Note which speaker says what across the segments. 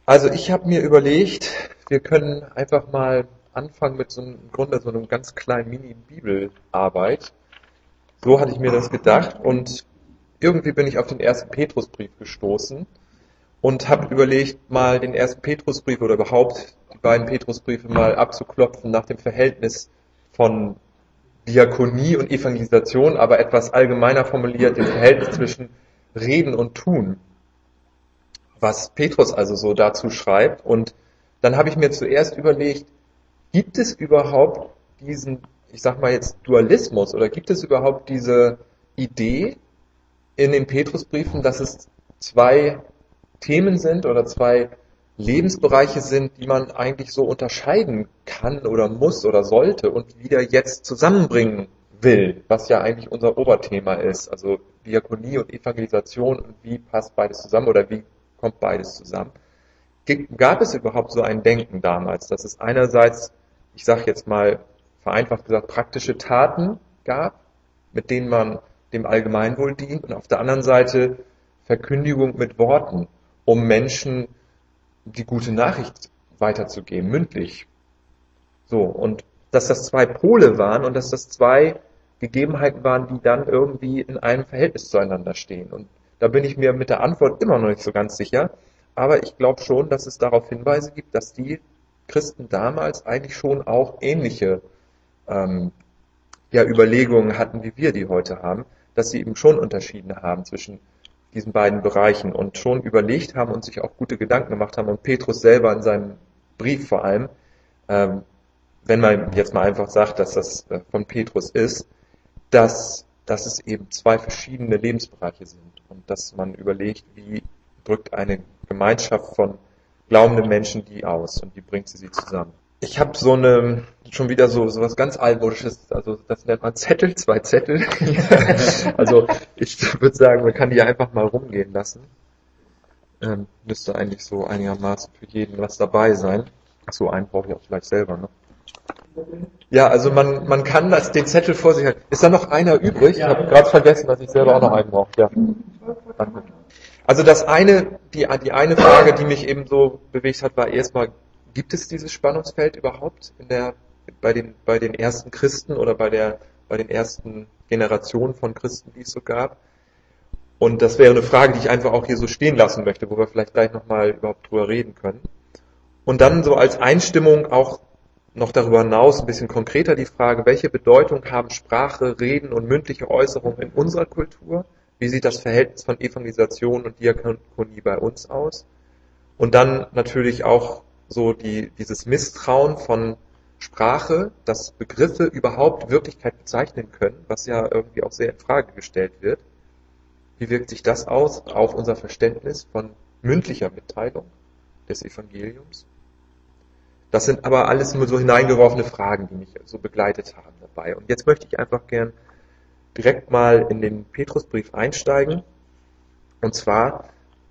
Speaker 1: Also ich habe mir überlegt, wir können einfach mal anfangen mit so einem, im Grunde so einem ganz kleinen Mini-Bibelarbeit. So hatte ich mir das gedacht und irgendwie bin ich auf den ersten Petrusbrief gestoßen und habe überlegt, mal den ersten Petrusbrief oder überhaupt die beiden Petrusbriefe mal abzuklopfen nach dem Verhältnis von Diakonie und Evangelisation, aber etwas allgemeiner formuliert, dem Verhältnis zwischen Reden und Tun, was Petrus also so dazu schreibt. Und dann habe ich mir zuerst überlegt, gibt es überhaupt diesen, ich sag mal jetzt Dualismus, oder gibt es überhaupt diese Idee in den Petrusbriefen, dass es zwei Themen sind oder zwei Lebensbereiche sind, die man eigentlich so unterscheiden kann oder muss oder sollte und wieder jetzt zusammenbringen will, was ja eigentlich unser Oberthema ist, also Diakonie und Evangelisation und wie passt beides zusammen oder wie kommt beides zusammen. Gab es überhaupt so ein Denken damals, dass es einerseits, ich sage jetzt mal vereinfacht gesagt, praktische Taten gab, mit denen man dem Allgemeinwohl dient, und auf der anderen Seite Verkündigung mit Worten, um Menschen die gute Nachricht weiterzugeben, mündlich. So, und dass das zwei Pole waren und dass das zwei Gegebenheiten waren, die dann irgendwie in einem Verhältnis zueinander stehen. Und da bin ich mir mit der Antwort immer noch nicht so ganz sicher, aber ich glaube schon, dass es darauf Hinweise gibt, dass die Christen damals eigentlich schon auch ähnliche Überlegungen hatten, wie wir die heute haben, dass sie eben schon unterschieden haben zwischen diesen beiden Bereichen und schon überlegt haben und sich auch gute Gedanken gemacht haben, und Petrus selber in seinem Brief vor allem, wenn man jetzt mal einfach sagt, dass das von Petrus ist, dass es eben zwei verschiedene Lebensbereiche sind und dass man überlegt, wie drückt eine Gemeinschaft von glaubenden Menschen die aus und wie bringt sie zusammen. Ich habe schon wieder so was ganz altmodisches, also das nennt man Zettel, zwei Zettel. Also ich würde sagen, man kann die einfach mal rumgehen lassen. Müsste eigentlich so einigermaßen für jeden was dabei sein. Achso, einen brauche ich auch vielleicht selber, ne? Ja, also man kann den Zettel vor sich halten. Ist da noch einer übrig? Ich habe gerade vergessen, dass ich selber auch noch einen brauche. Ja. Danke. Also die eine Frage, die mich eben so bewegt hat, war erstmal, gibt es dieses Spannungsfeld überhaupt bei den ersten Christen oder bei den ersten Generationen von Christen, die es so gab? Und das wäre eine Frage, die ich einfach auch hier so stehen lassen möchte, wo wir vielleicht gleich nochmal überhaupt drüber reden können. Und dann so als Einstimmung auch noch darüber hinaus ein bisschen konkreter die Frage, welche Bedeutung haben Sprache, Reden und mündliche Äußerungen in unserer Kultur? Wie sieht das Verhältnis von Evangelisation und Diakonie bei uns aus? Und dann natürlich auch so dieses Misstrauen von Sprache, dass Begriffe überhaupt Wirklichkeit bezeichnen können, was ja irgendwie auch sehr in Frage gestellt wird. Wie wirkt sich das aus auf unser Verständnis von mündlicher Mitteilung des Evangeliums? Das sind aber alles nur so hineingeworfene Fragen, die mich so begleitet haben dabei. Und jetzt möchte ich einfach gern direkt mal in den Petrusbrief einsteigen. Und zwar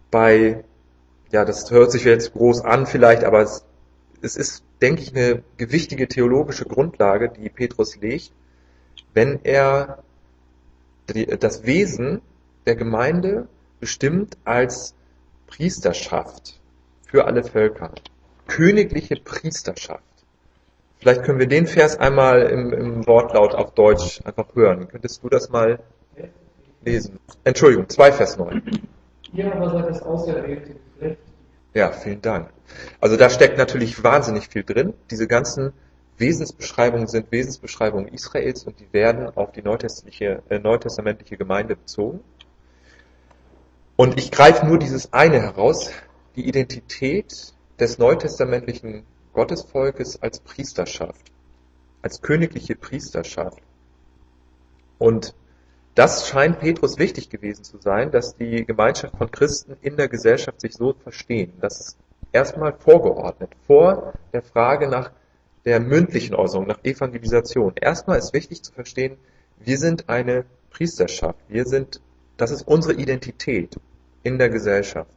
Speaker 1: das hört sich jetzt groß an vielleicht, aber es ist, denke ich, eine gewichtige theologische Grundlage, die Petrus legt, wenn er das Wesen der Gemeinde bestimmt als Priesterschaft für alle Völker. Königliche Priesterschaft. Vielleicht können wir den Vers einmal im Wortlaut auf Deutsch einfach hören. Könntest du das mal lesen? Entschuldigung, 2 Vers 9.
Speaker 2: Ihr aber seid das auserwählte Geschlecht.
Speaker 1: Ja, vielen Dank. Also da steckt natürlich wahnsinnig viel drin. Diese ganzen Wesensbeschreibungen sind Wesensbeschreibungen Israels und die werden auf die neutestamentliche Gemeinde bezogen. Und ich greife nur dieses eine heraus, die Identität des neutestamentlichen Gottesvolkes als Priesterschaft, als königliche Priesterschaft. Und das scheint Petrus wichtig gewesen zu sein, dass die Gemeinschaft von Christen in der Gesellschaft sich so verstehen. Das ist erstmal vorgeordnet, vor der Frage nach der mündlichen Äußerung, nach Evangelisation. Erstmal ist wichtig zu verstehen, wir sind eine Priesterschaft, das ist unsere Identität in der Gesellschaft.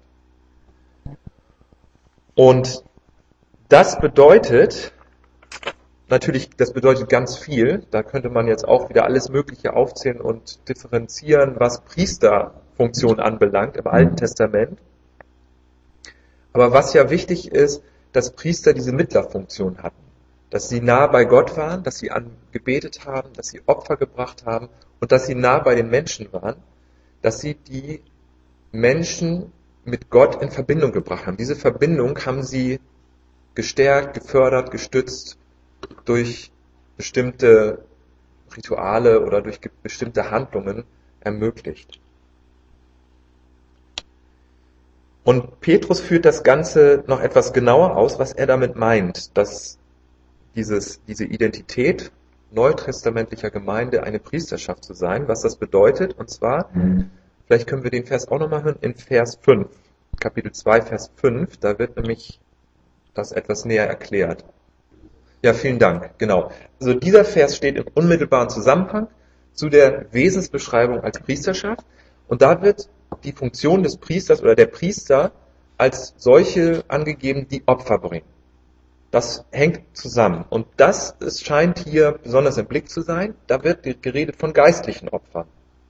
Speaker 1: Und das bedeutet ganz viel. Da könnte man jetzt auch wieder alles Mögliche aufzählen und differenzieren, was Priesterfunktion anbelangt im Alten Testament. Aber was ja wichtig ist, dass Priester diese Mittlerfunktion hatten. Dass sie nah bei Gott waren, dass sie angebetet haben, dass sie Opfer gebracht haben und dass sie nah bei den Menschen waren, dass sie die Menschen mit Gott in Verbindung gebracht haben. Diese Verbindung haben sie gestärkt, gefördert, gestützt durch bestimmte Rituale oder durch bestimmte Handlungen ermöglicht. Und Petrus führt das Ganze noch etwas genauer aus, was er damit meint, dass diese Identität neutestamentlicher Gemeinde eine Priesterschaft zu sein, was das bedeutet. Und zwar, vielleicht können wir den Vers auch nochmal hören, in Vers 5, Kapitel 2, Vers 5, da wird nämlich das etwas näher erklärt. Ja, vielen Dank, genau. Also dieser Vers steht im unmittelbaren Zusammenhang zu der Wesensbeschreibung als Priesterschaft und da wird die Funktion des Priesters oder der Priester als solche angegeben, die Opfer bringen. Das hängt zusammen und das scheint hier besonders im Blick zu sein. Da wird geredet von geistlichen Opfern.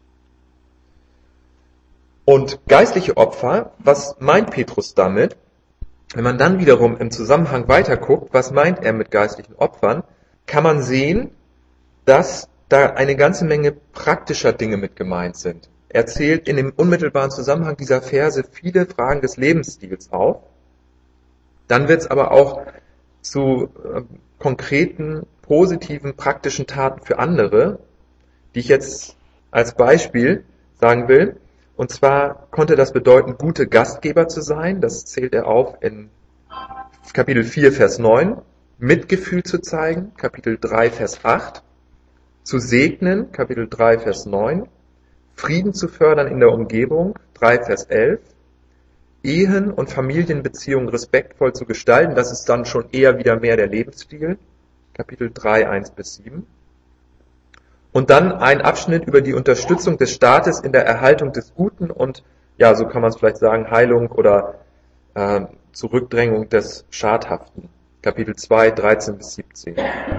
Speaker 1: Und geistliche Opfer, was meint Petrus damit? Wenn man dann wiederum im Zusammenhang weiterguckt, was meint er mit geistlichen Opfern, kann man sehen, dass da eine ganze Menge praktischer Dinge mit gemeint sind. Er zählt in dem unmittelbaren Zusammenhang dieser Verse viele Fragen des Lebensstils auf. Dann wird es aber auch zu konkreten, positiven, praktischen Taten für andere, die ich jetzt als Beispiel sagen will. Und zwar konnte das bedeuten, gute Gastgeber zu sein. Das zählt er auf in Kapitel 4, Vers 9. Mitgefühl zu zeigen, Kapitel 3, Vers 8. Zu segnen, Kapitel 3, Vers 9. Frieden zu fördern in der Umgebung, 3, Vers 11. Ehen und Familienbeziehungen respektvoll zu gestalten, das ist dann schon eher wieder mehr der Lebensstil, Kapitel 3, 1 bis 7. Und dann ein Abschnitt über die Unterstützung des Staates in der Erhaltung des Guten und, ja, so kann man es vielleicht sagen, Heilung oder Zurückdrängung des Schadhaften, Kapitel 2, 13 bis 17.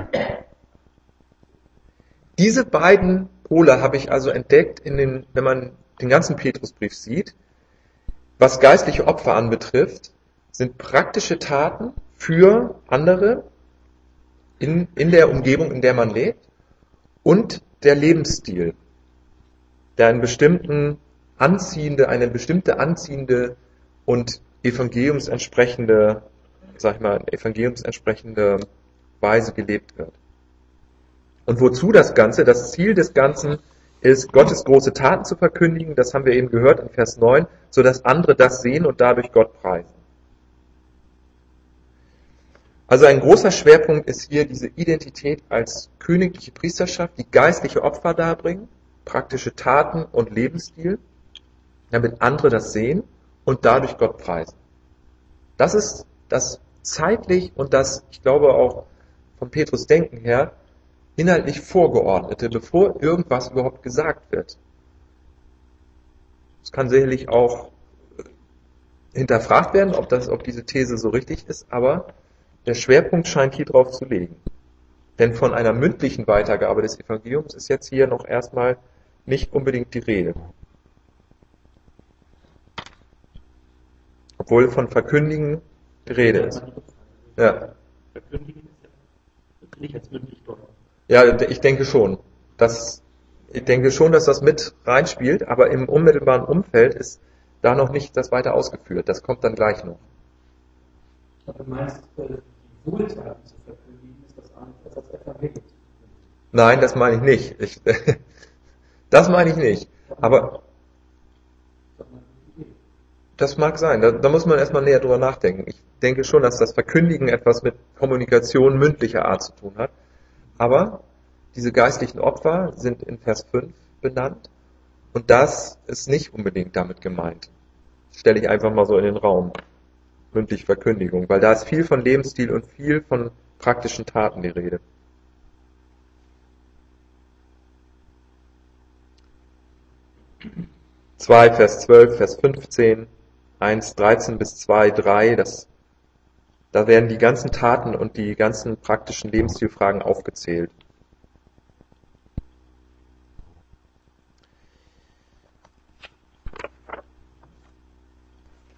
Speaker 1: Diese beiden Pole habe ich also entdeckt, wenn man den ganzen Petrusbrief sieht. Was geistliche Opfer anbetrifft, sind praktische Taten für andere in der Umgebung, in der man lebt, und der Lebensstil, der eine bestimmte anziehende und evangeliumsentsprechende Weise gelebt wird. Und wozu das Ganze? Das Ziel des Ganzen ist, Gottes große Taten zu verkündigen, das haben wir eben gehört in Vers 9, sodass andere das sehen und dadurch Gott preisen. Also ein großer Schwerpunkt ist hier diese Identität als königliche Priesterschaft, die geistliche Opfer darbringen, praktische Taten und Lebensstil, damit andere das sehen und dadurch Gott preisen. Das ist das zeitlich und das, ich glaube auch von Petrus Denken her, inhaltlich Vorgeordnete, bevor irgendwas überhaupt gesagt wird. Es kann sicherlich auch hinterfragt werden, ob diese These so richtig ist, aber der Schwerpunkt scheint hier drauf zu liegen. Denn von einer mündlichen Weitergabe des Evangeliums ist jetzt hier noch erstmal nicht unbedingt die Rede. Obwohl von Verkündigen die Rede ist. Ja.
Speaker 2: Verkündigen ist ja nicht als mündlich dort.
Speaker 1: Ja, ich denke schon, dass das mit reinspielt, aber im unmittelbaren Umfeld ist da noch nicht das weiter ausgeführt. Das kommt dann gleich noch.
Speaker 2: Aber du meinst, die Wohltaten zu verkündigen, ist das anders als Evangelium?
Speaker 1: Nein, das meine ich nicht. Das meine ich nicht. Aber das mag sein. Da muss man erstmal näher drüber nachdenken. Ich denke schon, dass das Verkündigen etwas mit Kommunikation mündlicher Art zu tun hat. Aber diese geistlichen Opfer sind in Vers 5 benannt und das ist nicht unbedingt damit gemeint. Das stelle ich einfach mal so in den Raum. Mündliche Verkündigung, weil da ist viel von Lebensstil und viel von praktischen Taten die Rede. (2) Vers 12, Vers 15, 1, 13 bis 2, 3, da werden die ganzen Taten und die ganzen praktischen Lebensstilfragen aufgezählt.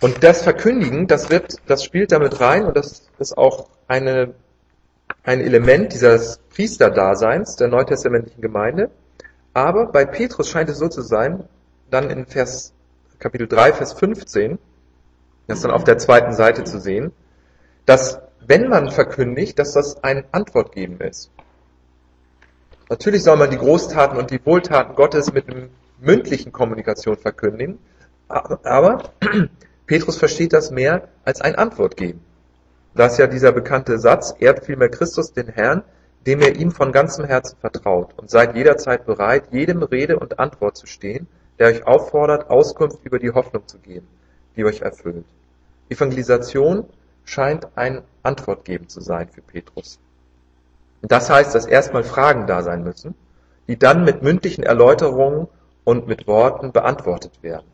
Speaker 1: Und das Verkündigen, das spielt damit rein und das ist auch ein Element dieses Priesterdaseins der neutestamentlichen Gemeinde. Aber bei Petrus scheint es so zu sein, dann in Kapitel 3, Vers 15, das ist dann auf der zweiten Seite zu sehen, dass wenn man verkündigt, dass das ein Antwortgeben ist. Natürlich soll man die Großtaten und die Wohltaten Gottes mit einer mündlichen Kommunikation verkündigen, aber Petrus versteht das mehr als ein Antwortgeben. Da ist ja dieser bekannte Satz, ehrt vielmehr Christus den Herrn, dem ihr ihm von ganzem Herzen vertraut und seid jederzeit bereit, jedem Rede und Antwort zu stehen, der euch auffordert, Auskunft über die Hoffnung zu geben, die euch erfüllt. Evangelisation scheint ein Antwortgeben zu sein für Petrus. Das heißt, dass erstmal Fragen da sein müssen, die dann mit mündlichen Erläuterungen und mit Worten beantwortet werden.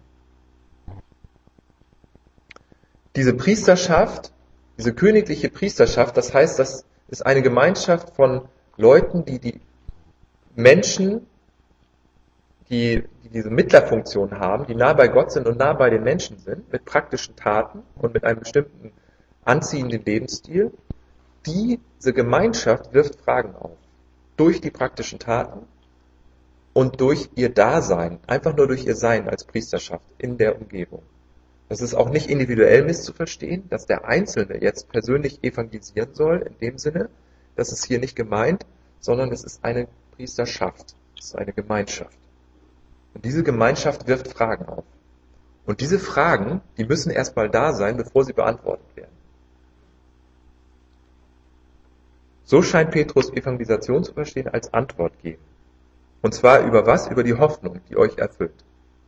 Speaker 1: Diese Priesterschaft, diese königliche Priesterschaft, das heißt, das ist eine Gemeinschaft von Leuten, die Menschen, die diese Mittlerfunktion haben, die nah bei Gott sind und nah bei den Menschen sind, mit praktischen Taten und mit einem bestimmten anziehenden Lebensstil. Diese Gemeinschaft wirft Fragen auf. Durch die praktischen Taten und durch ihr Dasein, einfach nur durch ihr Sein als Priesterschaft in der Umgebung. Das ist auch nicht individuell misszuverstehen, dass der Einzelne jetzt persönlich evangelisieren soll, in dem Sinne, das ist hier nicht gemeint, sondern es ist eine Priesterschaft, es ist eine Gemeinschaft. Und diese Gemeinschaft wirft Fragen auf. Und diese Fragen, die müssen erstmal da sein, bevor sie beantwortet werden. So scheint Petrus Evangelisation zu verstehen als Antwort geben. Und zwar über was? Über die Hoffnung, die euch erfüllt.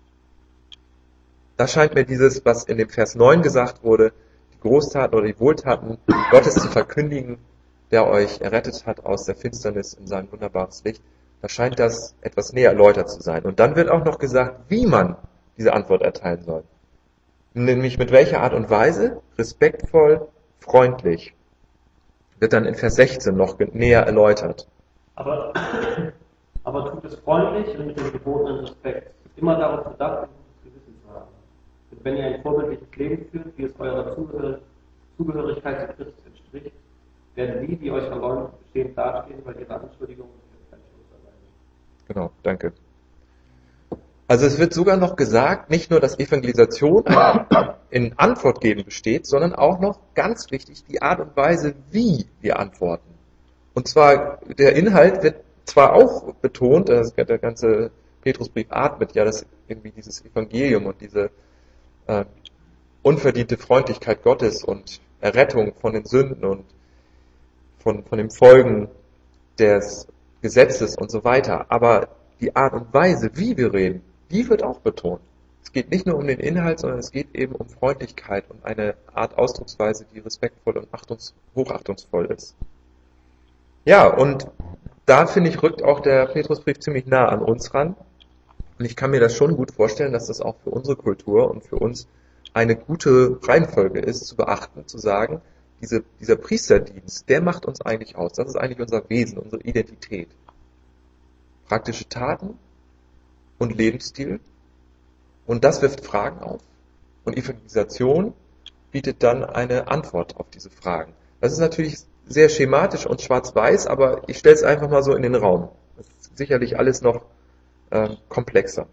Speaker 1: Das scheint mir dieses, was in dem Vers 9 gesagt wurde, die Großtaten oder die Wohltaten Gottes zu verkündigen, der euch errettet hat aus der Finsternis in sein wunderbares Licht. Da scheint das etwas näher erläutert zu sein. Und dann wird auch noch gesagt, wie man diese Antwort erteilen soll. Nämlich mit welcher Art und Weise? Respektvoll, freundlich. Wird dann in Vers 16 noch näher erläutert.
Speaker 3: Aber tut es freundlich und mit dem gebotenen Respekt. Immer darauf bedacht, ein gutes Gewissen zu haben. Und wenn ihr ein vorbildliches Leben führt, wie es eurer Zugehörigkeit zu Christus entspricht, werden die euch verleumdet, bestehend dastehen, weil ihre Anschuldigungen keine Schuld erleiden.
Speaker 1: Genau, danke. Also es wird sogar noch gesagt, nicht nur, dass Evangelisation in Antwort geben besteht, sondern auch noch, ganz wichtig, die Art und Weise, wie wir antworten. Und zwar, der Inhalt wird zwar auch betont, der ganze Petrusbrief atmet ja das irgendwie dieses Evangelium und diese unverdiente Freundlichkeit Gottes und Errettung von den Sünden und von den Folgen des Gesetzes und so weiter. Aber die Art und Weise, wie wir reden, die wird auch betont. Es geht nicht nur um den Inhalt, sondern es geht eben um Freundlichkeit und eine Art Ausdrucksweise, die respektvoll und hochachtungsvoll ist. Ja, und da finde ich, rückt auch der Petrusbrief ziemlich nah an uns ran. Und ich kann mir das schon gut vorstellen, dass das auch für unsere Kultur und für uns eine gute Reihenfolge ist, zu beachten, zu sagen, dieser Priesterdienst, der macht uns eigentlich aus. Das ist eigentlich unser Wesen, unsere Identität. Praktische Taten und Lebensstil. Und das wirft Fragen auf. Und Evangelisation bietet dann eine Antwort auf diese Fragen. Das ist natürlich sehr schematisch und schwarz-weiß, aber ich stelle es einfach mal so in den Raum. Das ist sicherlich alles noch komplexer.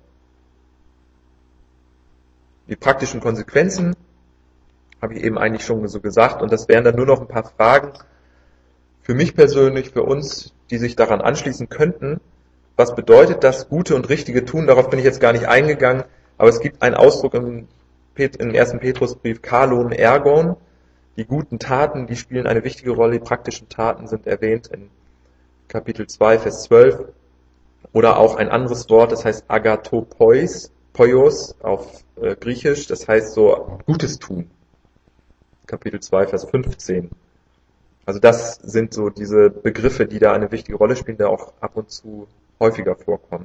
Speaker 1: Die praktischen Konsequenzen habe ich eben eigentlich schon so gesagt, und das wären dann nur noch ein paar Fragen für mich persönlich, für uns, die sich daran anschließen könnten. Was bedeutet das Gute und Richtige tun? Darauf bin ich jetzt gar nicht eingegangen, aber es gibt einen Ausdruck im 1. Petrusbrief, Kalon Ergon. Die guten Taten, die spielen eine wichtige Rolle. Die praktischen Taten sind erwähnt in Kapitel 2, Vers 12. Oder auch ein anderes Wort, das heißt Agathopoios auf Griechisch, das heißt so Gutes tun. Kapitel 2, Vers 15. Also das sind so diese Begriffe, die da eine wichtige Rolle spielen, die auch ab und zu häufiger vorkommen.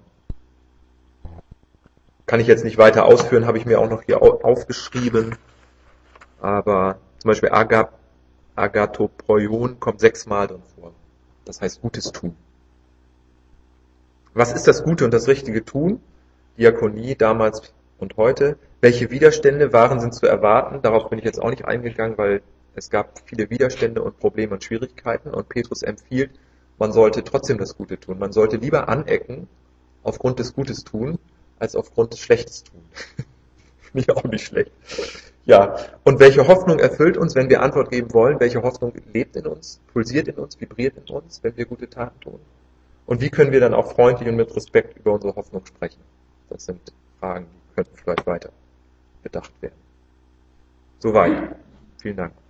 Speaker 1: Kann ich jetzt nicht weiter ausführen, habe ich mir auch noch hier aufgeschrieben. Aber zum Beispiel Agathopoion kommt 6-mal drin vor. Das heißt Gutes tun. Was ist das Gute und das richtige Tun? Diakonie damals und heute? Welche Widerstände sind zu erwarten? Darauf bin ich jetzt auch nicht eingegangen, weil es gab viele Widerstände und Probleme und Schwierigkeiten und Petrus empfiehlt, man sollte trotzdem das Gute tun. Man sollte lieber anecken aufgrund des Gutes tun, als aufgrund des Schlechtes tun. Finde ich auch nicht schlecht. Ja, und welche Hoffnung erfüllt uns, wenn wir Antwort geben wollen? Welche Hoffnung lebt in uns, pulsiert in uns, vibriert in uns, wenn wir gute Taten tun? Und wie können wir dann auch freundlich und mit Respekt über unsere Hoffnung sprechen? Das sind Fragen, die könnten vielleicht weiter bedacht werden. Soweit. Vielen Dank.